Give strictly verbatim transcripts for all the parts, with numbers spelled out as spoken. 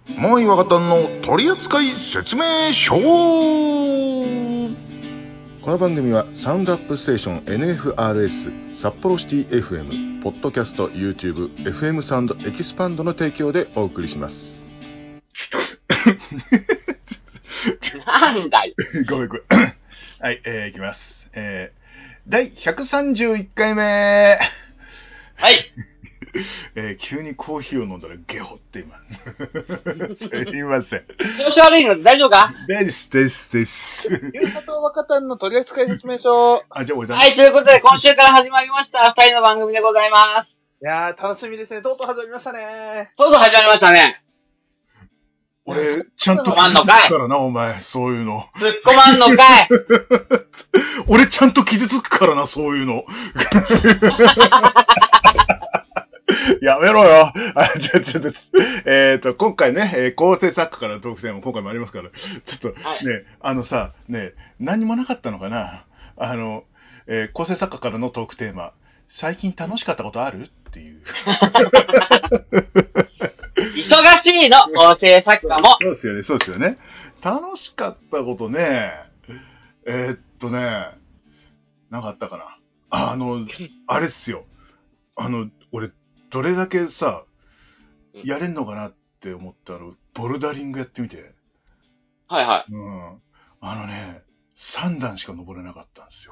もう岩方の取扱説明書。この番組はサウンドアップステーション エヌエフアールエス 札幌シティ エフエム ポッドキャスト YouTube エフエム サウンドエキスパンドの提供でお送りします。 なんだよごめんごめんはい、えー、いきます、えー、だいひゃくさんじゅういっかいめはいえー、急にコーヒーを飲んだらゲホって今すいません。 調子悪いの大丈夫か？ ですですですゆうさと若旦の取扱説明書。 あ、じゃあ俺だ。 はい、ということで今週から始まりましたふたりの番組でございます。 いやー楽しみですね。とうとう始まりましたね。 とうとう始まりましたね。 俺ちゃんと突っ込まんのかいからなお前そういうの。 突っ込まんのかい俺ちゃんと傷つくからなそういうの。やめろよ。あ、ちょ、ちょっと、えっと、今回ね、えー、構成作家からのトークテーマも今回もありますから、ちょっと、ね、はい、あのさ、ね、何もなかったのかな。あの、えー、構成作家からのトークテーマ、最近楽しかったことあるっていう。 忙しいの、構成作家も。 そうですよね、そうですよね。楽しかったことね、えー、っとね、なかったかな。あの、あれっすよ。あの、俺、どれだけさ、やれんのかなって思ったの、ボルダリングやってみて。 はいはい。 うん。あのね、さんだんしか登れなかったんですよ。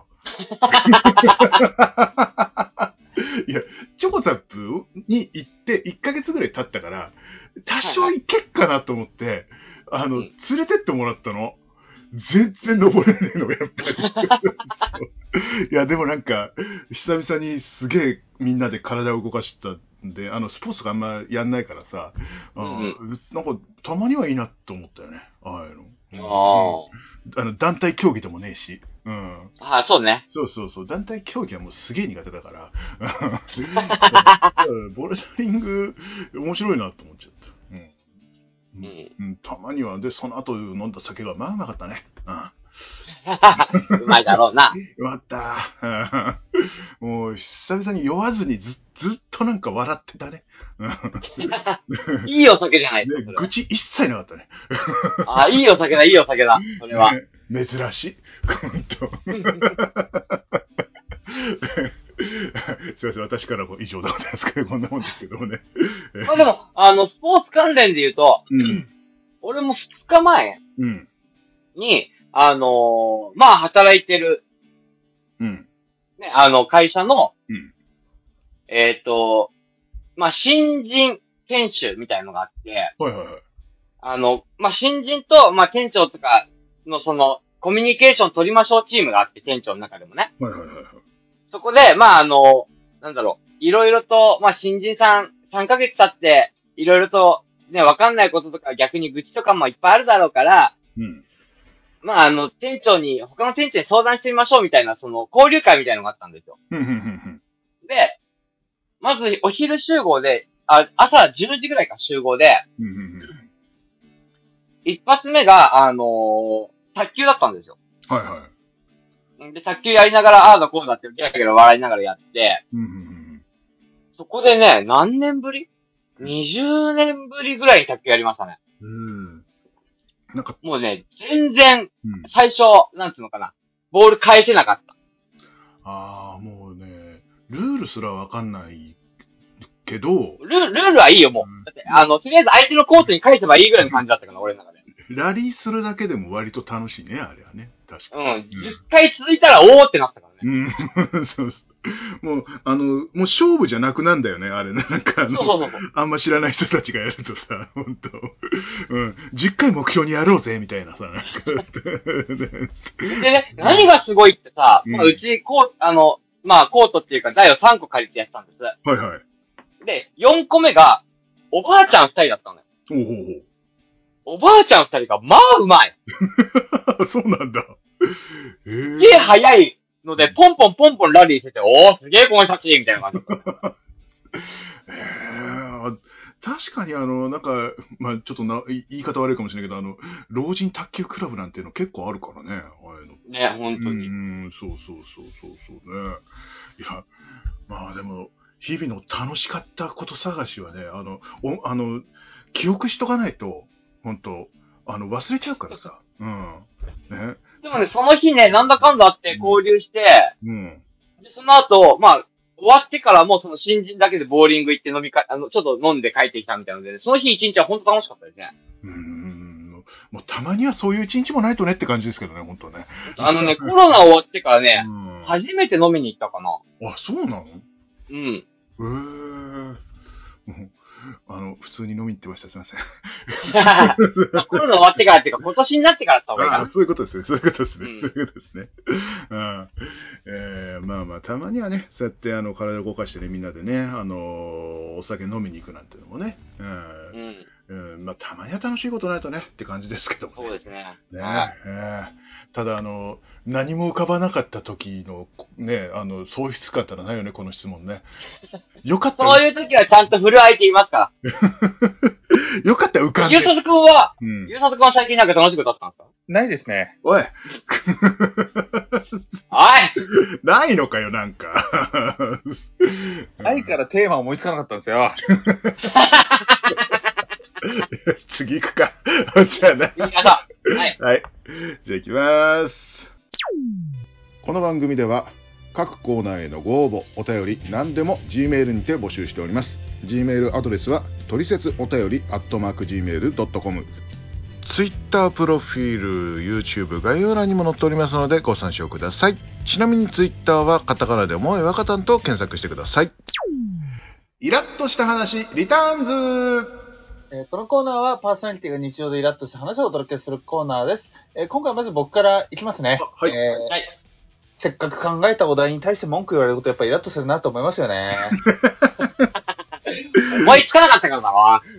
いや、チョコザップに行っていっかげつぐらい経ったから、多少行けっかなと思って、はいはい、あの、うん、連れてってもらったの。全然登れねえの、やっぱり。いや、でもなんか、久々にすげえみんなで体を動かしたんで、あの、スポーツとかあんまやんないからさ、うん、なんか、たまにはいいなと思ったよね、ああいうの。うん、あの、団体競技でもねえし。うん。 ああ、そうね。 そうそうそう。団体競技はもうすげえ苦手だから。ボルダリング、面白いなと思っちゃった。うんうんうん、たまには、で、その後飲んだ酒がまあうまかったね。 うん、うまいだろうな。 うまった。もう、久々に酔わずにずずっとなんか笑ってたね。 いいお酒じゃないですか。 ね、愚痴一切なかったね。 あ、いいお酒だ、いいお酒だ。それは。 ね、珍しい。ほんと。すいません、私からも以上でございますけど、こんなもんですけどもね。 まあでも、あの、スポーツ関連で言うと、うん、俺もふつかまえに、うん、あのー、まあ、働いてる、うん、ね、あの、会社の、うん、えっと、まあ、新人研修みたいなのがあって、 はいはいはい。 あの、まあ、新人と、まあ、店長とかのその、コミュニケーション取りましょうチームがあって、店長の中でもね。 はいはいはいはい。 そこで、まあ、あの、なんだろう、いろいろと、まあ、新人さん、さんかげつ経って、いろいろと、ね、わかんないこととか、逆に愚痴とかもいっぱいあるだろうから、うん。まあ、あの、店長に、他の店長に相談してみましょうみたいな、その、交流会みたいなのがあったんですよ。で、まず、お昼集合で、あ、朝じゅうじぐらいか集合で、一発目が、あのー、卓球だったんですよ。 はいはい。 で、卓球やりながら、ああだこうだって、ギャギャ笑いながらやって、うんうんうん、そこでね、何年ぶり ?にじゅう 年ぶりぐらいに卓球やりましたね。うん。なんかもうね、全然、最初、うん、なんつうのかな、ボール返せなかった。 ああ、もうね、ルールすらわかんないけど、 ルール、ルールはいいよ、もう。うん、だって、あの、とりあえず相手のコートに返せばいいぐらいの感じだったから、俺の中で。 ラリーするだけでも割と楽しいね、あれはね。確かに。 うん。じゅっかい続いたら、おーってなったからね。 うん。そうそう。もう、あの、もう勝負じゃなくなんだよね、あれね。なんかあの、そうそうそうあんま知らない人たちがやるとさ、ほんと。うん。じゅっかい目標にやろうぜ、みたいなさ。なんかでね、何がすごいってさ、うん、まあ、うち、こう、あの、まあ、コートっていうか、台をさんこ借りてやったんです。 はいはい。 で、よんこめが、おばあちゃんふたりだったのよ。 ほうほうほう。 おばあちゃんふたりが、まあうまい。 そうなんだ。 えー、すげえ早いので、ポンポンポンポンラリーしてて、おー、すげえこの写真みたいな感じ。 えー、確かにあの、なんか、まあちょっとな、言い方悪いかもしれないけど、あの、老人卓球クラブなんていうの結構あるからね、ああいうの。 ね、本当に。 うん、そうそうそうそうそうね。いや、まあでも、日々の楽しかったこと探しはね、あの、お、あの、 記憶しとかないと、ほんと、あの、忘れちゃうからさ。うん。ね。 でもね、その日ね、なんだかんだあって交流して、 うん。 で、その後、まあ、終わってからもその新人だけでボーリング行って飲みか、あの、ちょっと飲んで帰ってきたみたいなので、ね、その日一日は本当楽しかったですね。 うーん。もうたまにはそういう一日もないとねって感じですけどね、本当ね。 あのね、コロナ終わってからね、 うん、 初めて飲みに行ったかな。 あ、そうなの？ うん。 へえー。あの、普通に飲みに行ってました。すいません。 まあ、コロナ終わってからっていうか、今年になってからだった方がいいかな。 あ、そういうことですね。そういうことですね。 うん、 そういうことですね。うん、えー、まあまあ、たまにはね、そうやってあの体を動かしてね、みんなでね、あのー、お酒飲みに行くなんていうのもね、うん、うんうん、まあ、たまには楽しいことないとねって感じですけども、ね。 そうですね。 ね、えー、ただ、あの、何も浮かばなかった時の、ね、あの、喪失感ったらないよね、この質問ね。よかった。 そういう時はちゃんと振る相手いますかよかった、浮かんで。 ゆうさとくんは、うん、ゆうさとくんは最近なんか楽しいことあったんですか？ ないですね。 おい。 おいないのかよ、なんか。 ないからテーマ思いつかなかったんですよ。 次行くか。じゃあね。 はい。 はい。じゃあ行きます。この番組では、各コーナーへのご応募、お便り、何でも Gmail にて募集しております。Gmail アドレスは、トリセツお便り、アットマーク ジーメールドットコム。Twitter プロフィール、YouTube 概要欄にも載っておりますので、ご参照ください。ちなみに Twitter は、カタカナでもえわかたんと検索してください。イラッとした話、リターンズ。 えー、このコーナーはパーソナリティが日常でイラッとした話をお届けするコーナーです。えー、今回はまず僕からいきますね。 はい、 えーはい。せっかく考えたお題に対して文句言われることやっぱりイラッとするなと思いますよね。 思いつかなかったからだわ。 はい、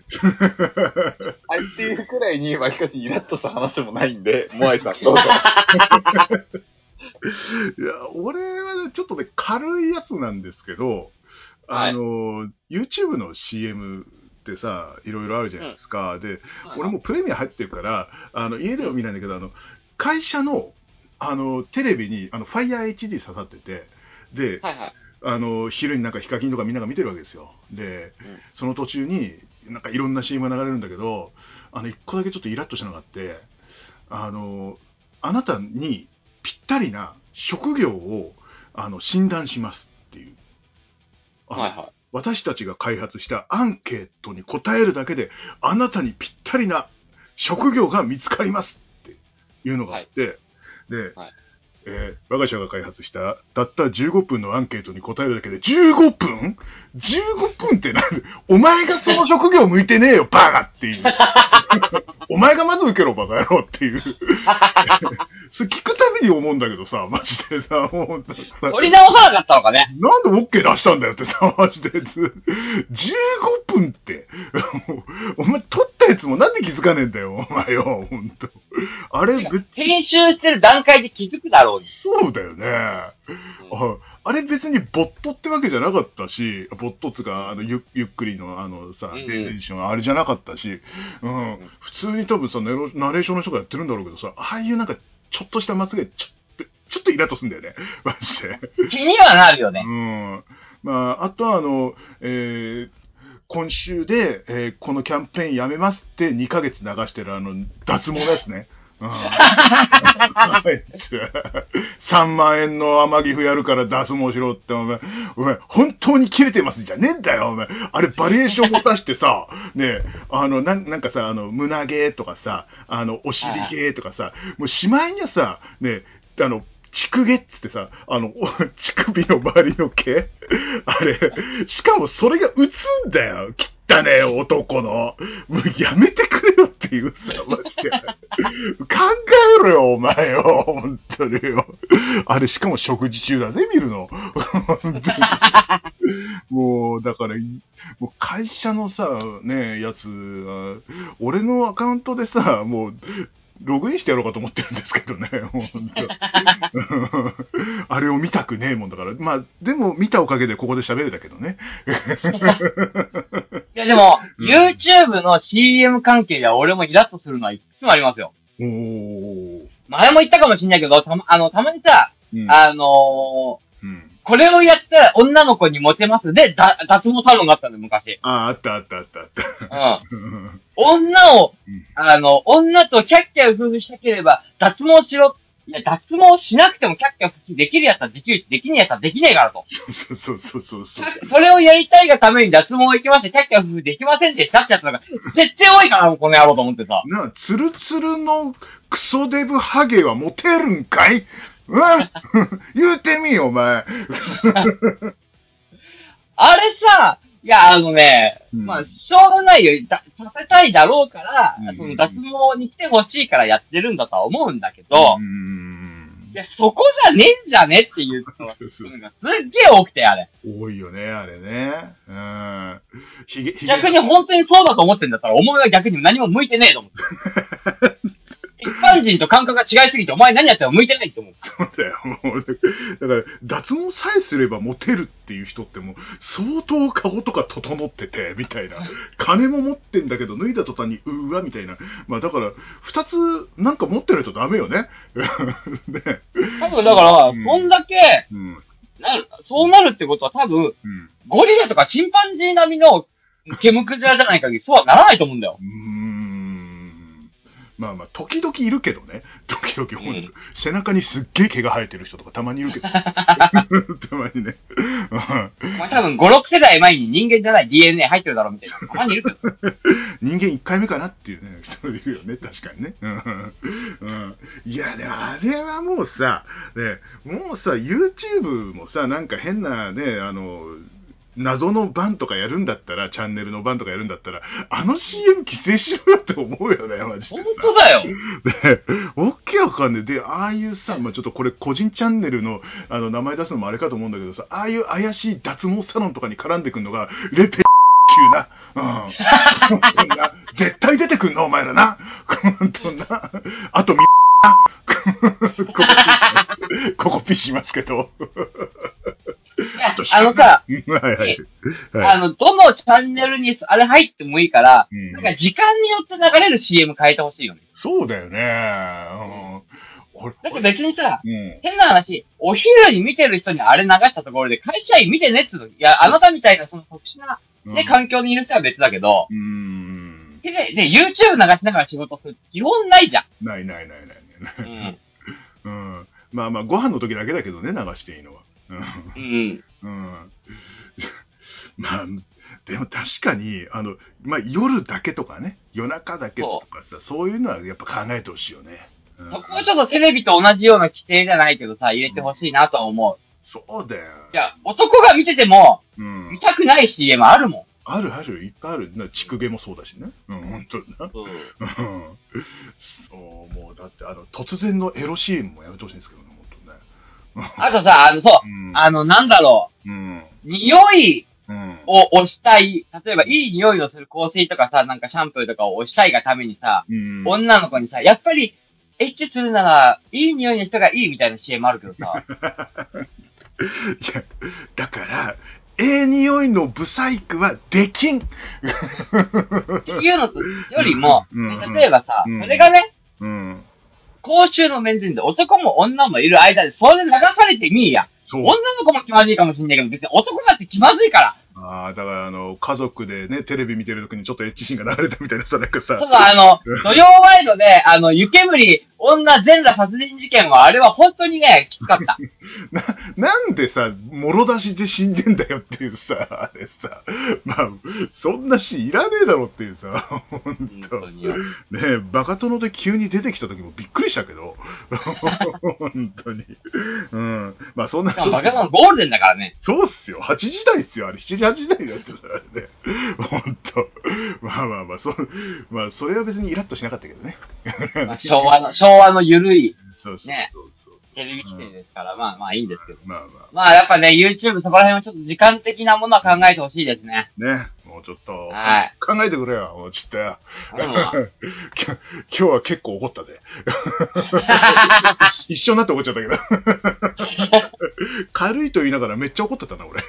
っていうくらいに、まあ、しかしイラッとした話もないんで、モアイさんどうぞ。いや、俺はちょっとね、軽いやつなんですけど、あの、はい、YouTube の シーエムってさ、いろいろあるじゃないですか。うん、で、はい、俺もプレミア入ってるから、あの、家では見ないんだけど、あの、会社の、あの、テレビに、あの、Fire エイチディー 刺さってて、で、はいはい、あの、昼になんかヒカキンとかみんなが見てるわけですよ。で、うん、その途中に、なんかいろんな シーエム が流れるんだけど、あの、一個だけちょっとイラッとしたのがあって、あの、あなたにぴったりな職業を、あの、診断しますっていう。はいはい。私たちが開発したアンケートに答えるだけで、あなたにぴったりな職業が見つかりますっていうのがあって、はい、で、はい、えー、我が社が開発したたったじゅうごふんのアンケートに答えるだけでじゅうごふん ?じゅうご 分ってなんで、お前がその職業向いてねえよ、バカっていう。お前がまず受けろ、バカ野郎っていう。それ聞くたびに思うんだけどさ、マジでさ、もうさ。取り直さなかったのかね。 なんで OK 出したんだよってさ、マジで。じゅうごふんって。お前撮ったやつもなんで気づかねえんだよ、お前よ、ほんと。あれ、 編集してる段階で気づくだろうに。 そうだよね。うん、あ, あれ別にボットってわけじゃなかったし、ボットっていうか、あのゆ, ゆっくりのあのさ、エディションあれじゃなかったし、うんうん、普通に多分さ、ナレーションの人がやってるんだろうけどさ、ああいうなんかちょっとした間違い、ちょっと、ちょっとイラッとすんだよね。マジで。 気にはなるよね。 うん。まあ、あとはあの、えー、今週で、えー、このキャンペーンやめますってにかげつ流してるあの、脱毛のやつね。うん、さんまんえんの天岐阜やるから脱毛しろって、お前、お前、本当に切れてますじゃねえんだよ、お前。あれ、バリエーション持たしてさ、ねえ、あの、な、なんかさ、あの、胸毛とかさ、あの、お尻毛とかさ、もうしまいにはさ、ねえ、あの、乳毛っつってさ、あの、乳首の周りの毛あれ、しかもそれが映んだよ。汚ねえ男の。もうやめてくれよっていうさ、マジで。考えろよ、お前よ。本当によ。あれ、しかも食事中だぜ、見るの。もう、だから、もう会社のさ、ね、やつ、俺のアカウントでさ、もう、ログインしてやろうかと思ってるんですけどね、本当あれを見たくねえもんだから。まあ、でも見たおかげでここで喋れたけどね。 いやでも、うん、YouTube の シーエム 関係では俺もイラッとするのはいつもありますよ。 おー。 前も言ったかもしんないけど、たま、あの、たまにさ、うん、あのー、うん、 これをやったら女の子にモテますで、だ脱毛サロンがあったんだよ、昔。 ああ、あったあったあったあった。 うん。女を、あの、女とキャッキャウフフしたければ、脱毛しろ。いや、脱毛しなくてもキャッキャウフフできるやつはできるし、できねえやつはできねえからと。 そうそうそうそうそう。 それをやりたいがために脱毛行きまして、キャッキャウフフできませんでしたってやつが、絶対多いから、この野郎と思ってさ。 な、ツルツルのクソデブハゲはモテるんかい？うん言うてみよ、お前。 あれさ、いや、あのね、 うん、 まあ、しょうがないよ。ださせたいだろうから、 うん、 その脱毛に来てほしいからやってるんだとは思うんだけど、 うん、 いや、そこじゃねえんじゃねっていうのがすっげえ多くて、あれ。 多いよね、あれね。うん。ひげ、ひげ。 逆に本当にそうだと思ってんだったら、お前は逆に何も向いてねえと思って。一般人と感覚が違いすぎて、お前何やっても向いてないって思う。 そうだよ、もう。だから、脱毛さえすればモテるっていう人ってもう、相当顔とか整ってて、みたいな。金も持ってんだけど、脱いだ途端に、うーわ、みたいな。まあだから、二つ、なんか持ってないとダメよね。ね。 多分だから、うん、そんだけ、うん、なる、そうなるってことは多分、うん、ゴリラとかチンパンジー並みの毛むくじらじゃない限り、そうはならないと思うんだよ。 うーんまあまあ、時々いるけどね。時々、ほんと、うん、背中にすっげえ毛が生えてる人とかたまにいるけど。たまにね。 まあ多分ご、ろく世代前に人間じゃない ディーエヌエー 入ってるだろうみたいな。たまにいるけど。 人間いっかいめかなっていうね、人いるよね。確かにね。うん、いや、でもあれはもうさ、ね、もうさ、YouTube もさ、なんか変なね、あの、謎の番とかやるんだったら、チャンネルの番とかやるんだったら、あの シーエム 規制しろよって思うよね、マジで。 本当だよ。 で、わけわかんねえ。で、ああいうさ、まあ、ちょっとこれ個人チャンネルのあの名前出すのもあれかと思うんだけどさ、ああいう怪しい脱毛サロンとかに絡んでくんのが、レペ級な。うん。本当な。絶対出てくんのお前らな。本当な。あとみここピーしますけど。 あのさ、 はいはい、 あの、どのチャンネルにあれ入ってもいいから、うん、なんか時間によって流れる シーエム 変えてほしいよね。 そうだよね。 うん、だって別にさ、うん、変な話、お昼に見てる人にあれ流したところで会社員見てねって言うの。いや、あなたみたいなその特殊な、ね、うん、環境にいる人は別だけど、うん、で、で、YouTube 流しながら仕事する基本ないじゃん。 ないないないないない。うん。うん。まあまあ、ご飯の時だけだけどね、流していいのは。うん。うん。まあ、でも確かに、あの、まあ夜だけとかね、夜中だけとかさ、そういうのはやっぱ考えてほしいよね。 うん、そこはちょっとテレビと同じような規定じゃないけどさ、入れてほしいなとは思う。 そうだよ。 いや、男が見てても、うん、見たくない シーエム あるもん。 あるある、いっぱいある。な、乳毛もそうだしね。うん、ほんとな。うん。そう、もうだって、あの、突然のエロ シーエム もやめてほしいんですけどね、ほんとね。 あとさ、あの、そう、うん、あの、なんだろう。うん。匂いを押したい。例えば、いい匂いのする香水とかさ、なんかシャンプーとかを押したいがためにさ、うん、女の子にさ、やっぱり、エッチするなら、いい匂いの人がいいみたいな シーエム あるけどさ。 いや、だから、ええ匂いのブサイクはできんっていうのとよりも、うん、例えばさ、うん、それがね、うん、公衆の面前で男も女もいる間で、それで流されてみいや。女の子も気まずいかもしんないけど、別に男だって気まずいから。 ああ、だからあの、家族でね、テレビ見てるときにちょっとエッチシーンが流れたみたいなさ、なんかさ。 そうそう、あの、土曜ワイドで、あの、湯煙、女全裸殺人事件は、あれは本当にね、きつかった。 な、なんでさ、もろ出しで死んでんだよっていうさ、あれさ、まあ、そんなシーンいらねえだろっていうさ、ほんと。ねえ、バカ殿で急に出てきたときもびっくりしたけど、本当に。うん。まあそんな。 バカ殿ゴールデンだからね。 そうっすよ。はちじ台っすよ。あれ、しちじ、はちじ台だってさ、あれね。ほんと。まあまあまあ、そ、まあ、それは別にイラッとしなかったけどね。 まあ、昭和の、昭和のゆるい、 そうそうそうそう、 ね、テレビ規定ですから、うん、まあまあいいんですけど。 まあまあ。 まあやっぱね、YouTube そこら辺はちょっと時間的なものは考えてほしいですね。 ね。 もうちょっと。 はい。 考えてくれよ、もうちょっとよ。 うん、 今日は結構怒ったで。一緒になって怒っちゃったけど。軽いと言いながらめっちゃ怒ってたな、俺。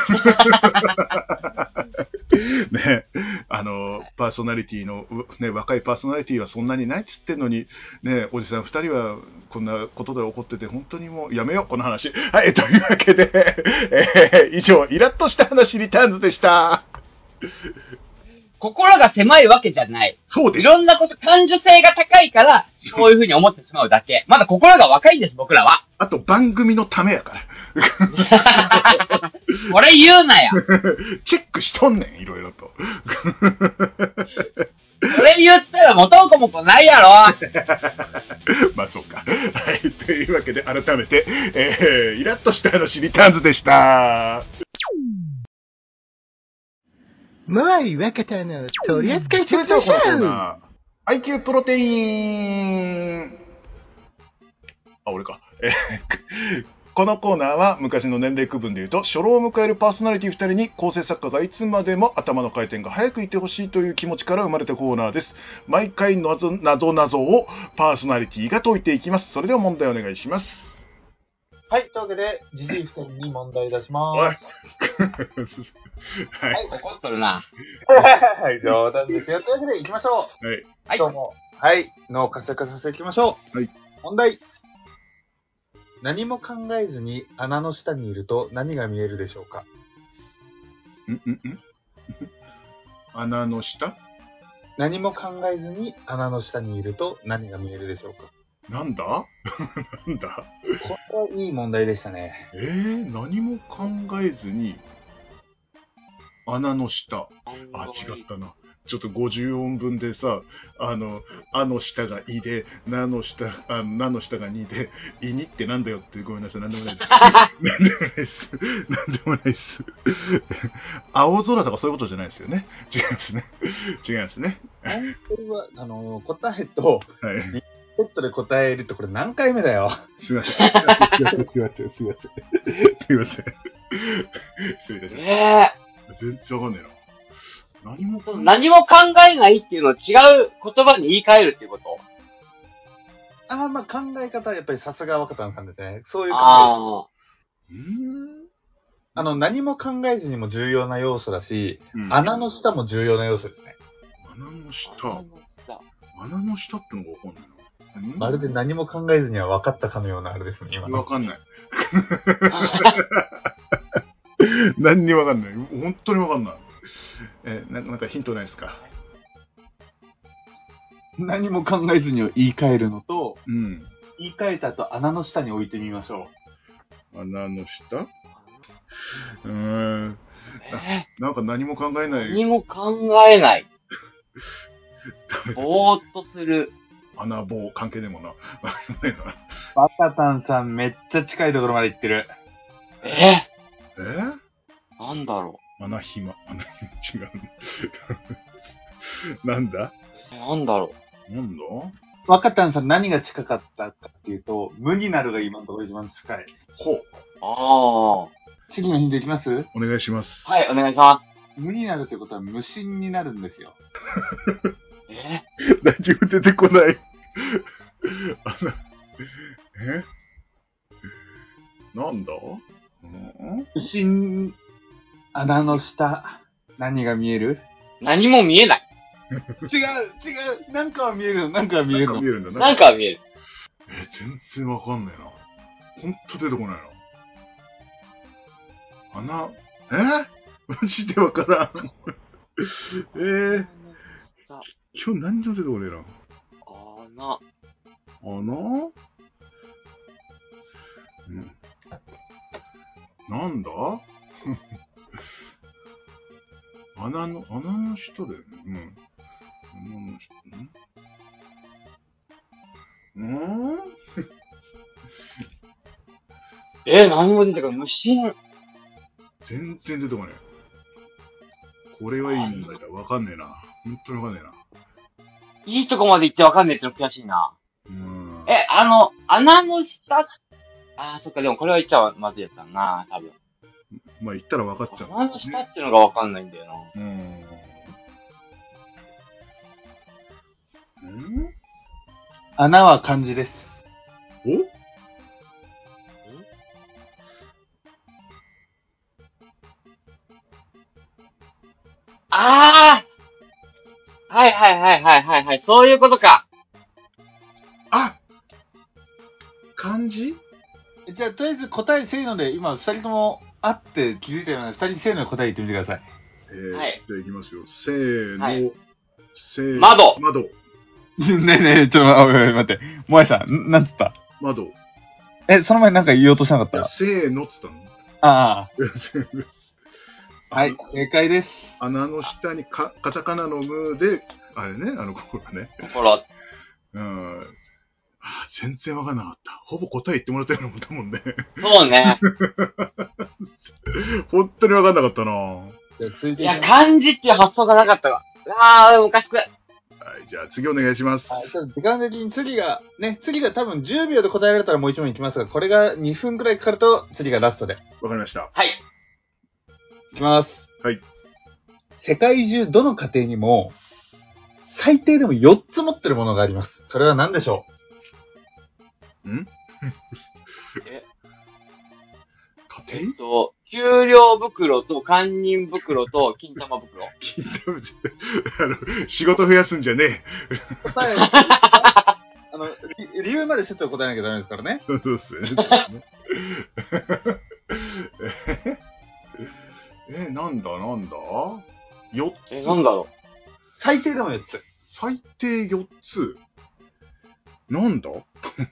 ね、あの、パーソナリティの、ね、若いパーソナリティはそんなにないっつってんのに、ね、おじさん二人はこんなことで怒ってて、本当にもうやめよう、この話。はい、というわけで、えー、以上、イラッとした話リターンズでした。 心が狭いわけじゃない。 そうです。 いろんなこと、感受性が高いから、そういうふうに思ってしまうだけ。まだ心が若いんです、僕らは。 あと、番組のためやから。 これ言うなよ。 チェックしとんねん、いろいろと。 これ言ったら元も子も子ないやろ。 まあ、そうか。はい。というわけで、改めて、えー、イラッとした話リターンズでした。 もうい若田の取り扱い説明書アイキュー プロテイン。あ、俺か。えーこのコーナーは昔の年齢区分でいうと初老を迎えるパーソナリティふたりに構成作家がいつまでも頭の回転が早くいてほしいという気持ちから生まれたコーナーです。毎回謎謎謎をパーソナリティが解いていきます。それでは問題お願いします。 はい、というわけで、じじいふたりに問題出しまおい。 ーす。 はい。 怒っとるな。 はい、冗談ですよ。というわけで、行きましょう。 はい。 はい。 今日も、はい、脳を活性化させていきましょう。 はい。 問題。何も考えずに穴の下にいると何が見えるでしょうか？ んんん穴の下？ 何も考えずに穴の下にいると何が見えるでしょうか？ なんだなんだこれはいい問題でしたね。 えー、何も考えずに穴の下。あ、違ったな。ちょっとごじゅう音分でさ、あの、あの下がいで、なの下、あなの下がにで、いにってなんだよって、ごめんなさい、なんでもないです。なんでもないです。なんでもないです。青空とかそういうことじゃないですよね。違いますね。違いますね。 本当は、あのー、答えと、 はい。 セットで答えるってこれ何回目だよ。 すいません。すいません。すいません。すいません。すいません。失礼いたしました。 え全然わかんねえな。何もー、何も考えないっていうのを違う言葉に言い換えるっていうことああ、まあ考え方はやっぱりさすが若田さんですね。そういう考え。 あうーん。 あの、何も考えずにも重要な要素だし、 うん、 穴の下も重要な要素ですね。 穴のあ。 下。穴の下ってのがわかんないな。 まるで何も考えずには分かったかのようなあれですね、今の。 わかんない。何にわかんない。本当にわかんない。えー、ななんかヒントないですか？ 何も考えずにを言い換えるのと、 うん。 言い換えた後穴の下に置いてみましょ穴の下？うーん。 えなんか何も考えない。 何も考えない。ぼーっとする。 穴棒関係でもな。 若田さんめっちゃ近いところまで行ってる。 ええー、 なんだろ穴暇。穴暇違う。なんだう。え、なんだろなんだ若田さん何が近かったかっていうと、無になるが今のところ一番近い。 ほう。 う。あ次のヒントいきますお願いします。 あ。はい、お願いしま無になるってことは無心になるんですよ。 す。え何も出てこない。穴、えなんだうん無心、穴の下、何が見える？ 何も見えない。 違う、違う、なんかは見えるの、なんかは見えるのなんか見。えるんだな。 なんかは見える。 え、全然わかんないな。ほんと出てこないな。穴、えマジでわからん。えー、今日何にも出てこねえな。 穴。 穴うん。なんだ穴の、穴の下だよね。うん。穴の下、んんーえー、何も出てこない。無心。 全然出てこない。これはいい問題だ。わかんねえな。ほんとにわかんねえな。 いいとこまで行ってわかんねえっての悔しいな。 うーん。 え、あの、穴の下、あー、そっか、でもこれは言っちゃまずいやつだな、多分。 まあ言ったらわかっちゃう、 穴の下っていうのがわかんないんだよな。 うん。 穴は漢字です。 おああはいはいはいはいはいはい。そういうことか。 あ漢字じゃあ、とりあえず答えせーので、今、二人ともあって気づいたような、二人せーので答え言ってみてください。 えー、 はい。 じゃあいきますよ。せーの。 はい、 せー窓。 窓。 ねえねえ、ちょっと待って、もやさん、なんつった窓。 え、その前になんか言おうとしなかった？ せーのっつったの。 ああ。はい、正解です。 穴の下にかカタカナのムで、あれね、あの心がね。 心。 うん。あ全然わかんなかった。ほぼ答え言ってもらったようなもんだもんね。 そうね。 本当にわかんなかったな。 いや、漢字っていう発想がなかったわ。ああ、おかしく。 はい、じゃあ次お願いします。 はい、ちょっと時間的に次が、ね、次が多分じゅうびょうで答えられたらもう一問いきますが、これがにふんくらいかかると次がラストで。 わかりました。 はい。 いきます。 はい。 世界中どの家庭にも、最低でもよっつ持ってるものがあります。それは何でしょうんえ家庭えっと、給料袋と堪忍袋と金玉袋金玉あの、仕事増やすんじゃねえ。答えあの、理由までセットで答えなきゃダメですからね。 そうそうっすよね。え、え、なんだなんだ ?よっ つ。 え、なんだろう。 最低でもよっつ。 最低よっつ。なんだ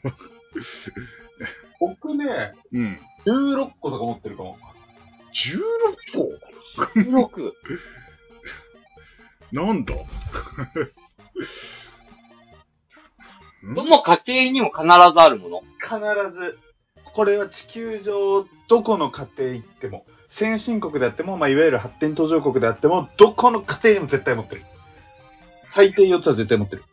僕ね、 うん。 じゅうろっことか持ってるかも。 じゅうろっこじゅうろく。 なんだどの家庭にも必ずあるもの。 必ず。これは地球上どこの家庭行っても、先進国であっても、まあ、いわゆる発展途上国であっても、どこの家庭にも絶対持ってる。最低よっつは絶対持ってる。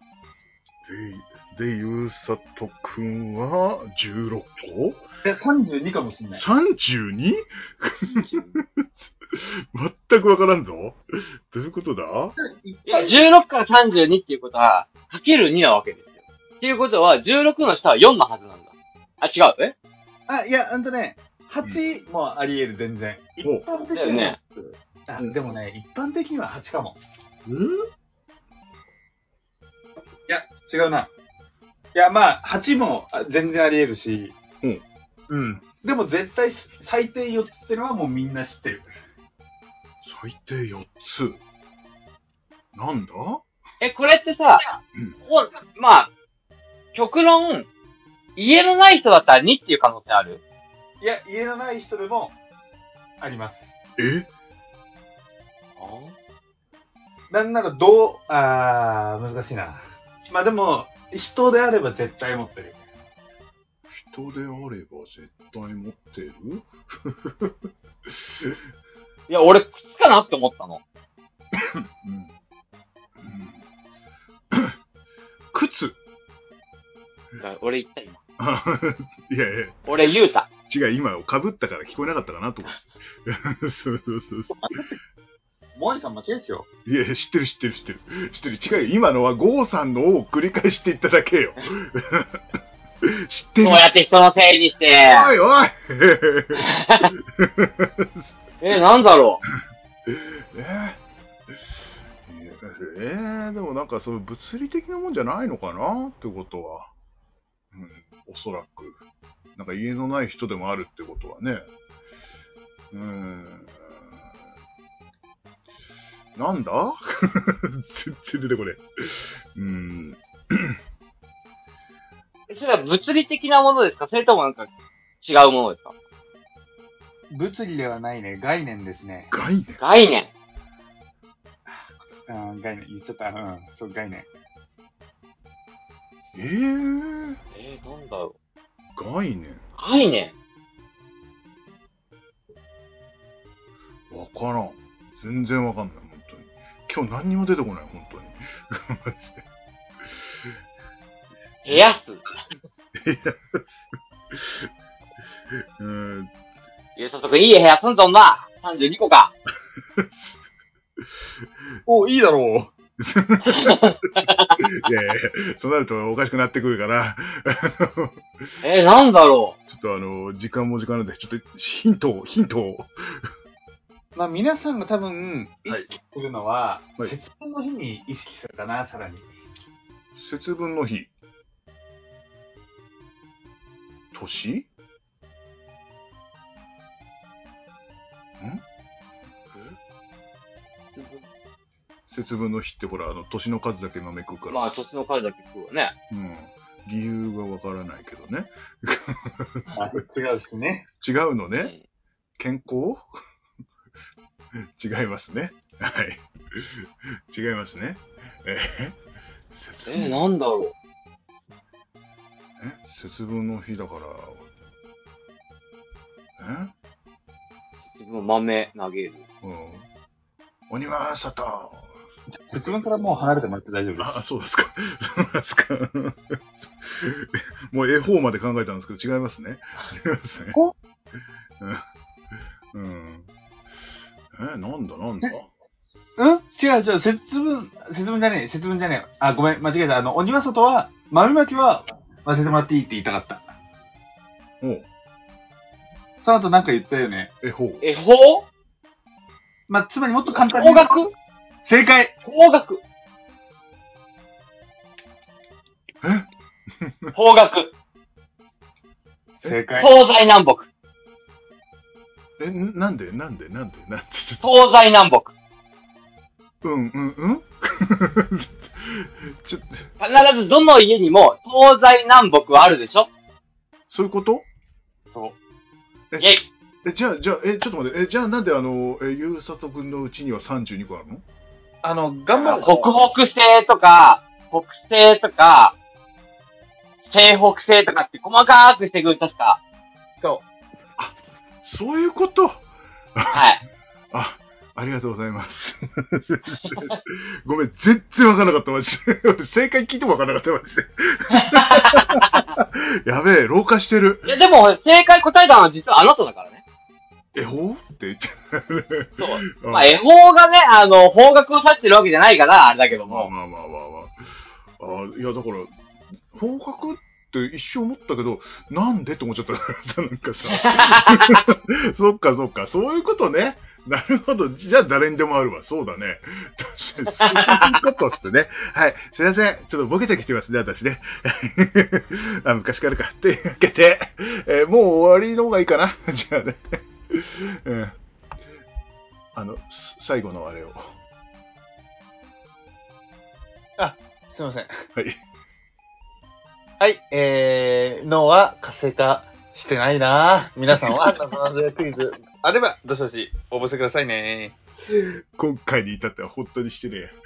で、で、ゆうさとくんはじゅうろっこいや、さんじゅうにかもしんない。 さんじゅうに? 全くわからんぞ。どういうことだいや、じゅうろくからさんじゅうにっていうことは、かけるになわけですよ。っていうことは、じゅうろくの下はよんのはずなんだ。あ、違うえあ、いや、ほんとね、はちもあり得る、全然。一般的には、 ね、 あ、でもね、一般的にははちかも。 んいや、違うな。いや、まあ、はちも全然あり得るし、 うん。 うん。でも絶対最低よっつってのはもうみんな知ってる。 最低よっつ。なんだえ、これってさ、うん、こまあ、極論、家のない人だったらにっていう可能性ある？ いや、家のない人でも、あります。 えあなんならどう、あー、難しいな。まあでも、人であれば絶対持ってる。 人であれば絶対持ってるいや、俺、靴かなって思ったの。 うんうん、靴俺言った今。 いやいや。 俺言うた。 違う、今、被ったから聞こえなかったかなと思って。そうそうそうそう。 モアイさん間違いですよ。 いや、知ってる知ってる知ってる。知ってる。違うよ。今のはゴーさんのを繰り返していっただけよ。知ってる。 そうやって人のせいにして。 おいおいえ、なんだろう。 えー、えー、でもなんかそういう物理的なもんじゃないのかなってことは。うん、おそらく。なんか家のない人でもあるってことはね。うーん。なんだ全然出てこれ。うーん。 それは物理的なものですか？それともなんか違うものですか？ 物理ではないね。概念ですね。 概念概念。 うん、概念。言っちゃった。うん、そう、概念。 えー、 えー、なんだろう。概念概念わからん。全然わかんない、本当に。今日何にも出てこない、本当に。 部屋数。 部屋数。うん。 ゆうさとくんいい部屋住んどんな。さんじゅうにこか。 お、いいだろいやいやいや、そうなるとおかしくなってくるから。 えー、なんだろう。ちょっとあの、時間も時間なんで、ちょっとヒントを、ヒントを。 まあ皆さんが多分意識するのは、 はい、 節分の日に意識するかな、さらに。 節分の日。年？ん？節分の日ってほら、あの、年の数だけ豆食うから。 まあ、年の数だけ食うよね。 うん。理由がわからないけどね。 あ、違うしね。 違うのね。うん、健康違いますね。はい。違いますね。えー、えー、なんだろう。 え節分の日だから、え節分豆投げる。 うん。鬼は外。 節分からもう離れてもらって大丈夫です。 あ、そうですか。そうですか。もう絵本まで考えたんですけど、違いますね。違いますね。うん。うん。え、なんだなんだうん違う違う、節分、節分じゃねえ、節分じゃねえ。あ、ごめん、間違えた。あの、鬼は外は、豆まきは忘れてもらっていいって言いたかった。 おう。 その後なんか言ったよね。 絵本。 絵本？ まあ、つまりもっと簡単に。 方角？ 正解。 方角。 え方角。 正解。 東西南北。 え、なんでなんでなんでなんで東西南北。 うんうんうんちょっと。 必ずどの家にも東西南北はあるでしょ？ そういうこと？ そう。 え、イェイ。 え、じゃあ、じゃあ、え、ちょっと待って、え、じゃあなんであの、え、ゆうさとくんのうちにはさんじゅうにこあるの？ あの、頑張る。 北北西とか、北西とか、西北西とかって細かくしてくる、確か。 そう。 あ、そういうこと。 はい。 あ、ありがとうございます。ごめん、全然わからなかった、マジで。正解聞いてもわからなかった、マジで。やべえ、老化してる。 いや、でも、正解答えたのは実はあなただからね。 絵本って言ってそう。まあ、絵本がね、あの、方角を指してるわけじゃないから、あれだけども。 まあまあまあまあまあ。あ、いや、だから、方角って一瞬思ったけど、なんでって思っちゃった。なんかさ。そっかそっか、そういうことね。なるほど。じゃあ誰にでもあるわ。そうだね。確かに。そういうことっすね。はい。すいません。ちょっとボケてきてますね、私ね。あ、昔からか。というわけで、えー、もう終わりの方がいいかな。じゃあね。うん。あの、最後のあれを。 あ、すいません。 はい。 はい、えー、脳は活性化してないなぁ。皆さんは、なぞなぞやクイズあれば、どしどし応募してくださいね。 今回に至っては本当にしてねえ。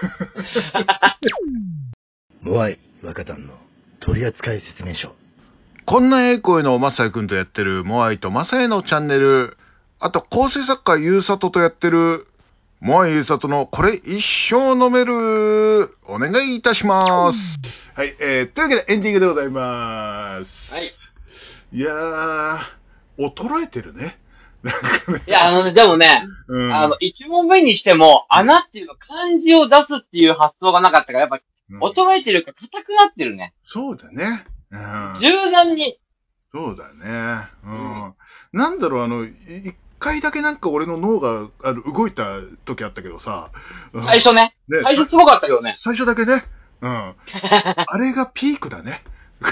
モアイ若旦の取扱説明書。 こんなええ声のまさやくんとやってるモアイとまさやのチャンネル。あと構成作家ゆうさととやってるモアイゆうさとのこれ一生飲める。お願いいたします。はい、えー、というわけでエンディングでございます。 はい。 いやー、衰えてるね。なんかね。 いや、あのね、でもね、うん、あの、一問目にしても、穴っていうか漢字を出すっていう発想がなかったから、やっぱ、衰えてるか硬くなってるね。 そうだね。うん、 柔軟に。 そうだね。うん。うん、なんだろう、あの、一回だけなんか俺の脳があの動いた時あったけどさ。 最初ね。ね、最初すごかったけどね。 最初だけね。うん。あれがピークだね。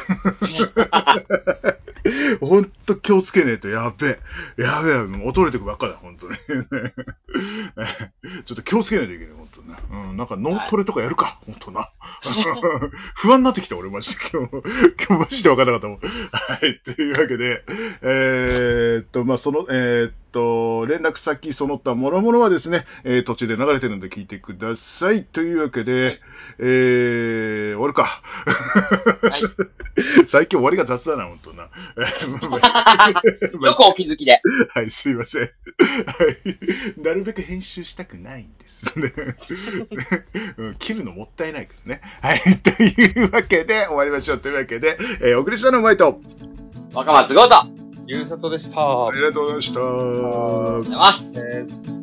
ほんと気をつけねえとやべえ。やべえ。衰えてくばっかだ、ほんとに。ちょっと気をつけないといけない、ほんとね。うん。なんか脳トレとかやるか、ほんとな。不安になってきた、俺マジで。今日、今日マジでわからなかったもん。はい。というわけで、えー、っと、まあ、その、えー、っと、連絡先その他もろもろはですね、えー、途中で流れてるので聞いてください。というわけで、えー、終わるか。はい。最近終わりが雑だな、ほんとな。 よくお気づきで。 はい、すいません。はい。なるべく編集したくないんですね。うん、切るのもったいないからね。はい。というわけで、終わりましょう。というわけで、えー、お送りしたのはマイト。 若松剛と。 ゆうさとでした。 ありがとうございました。 ありがとうございます。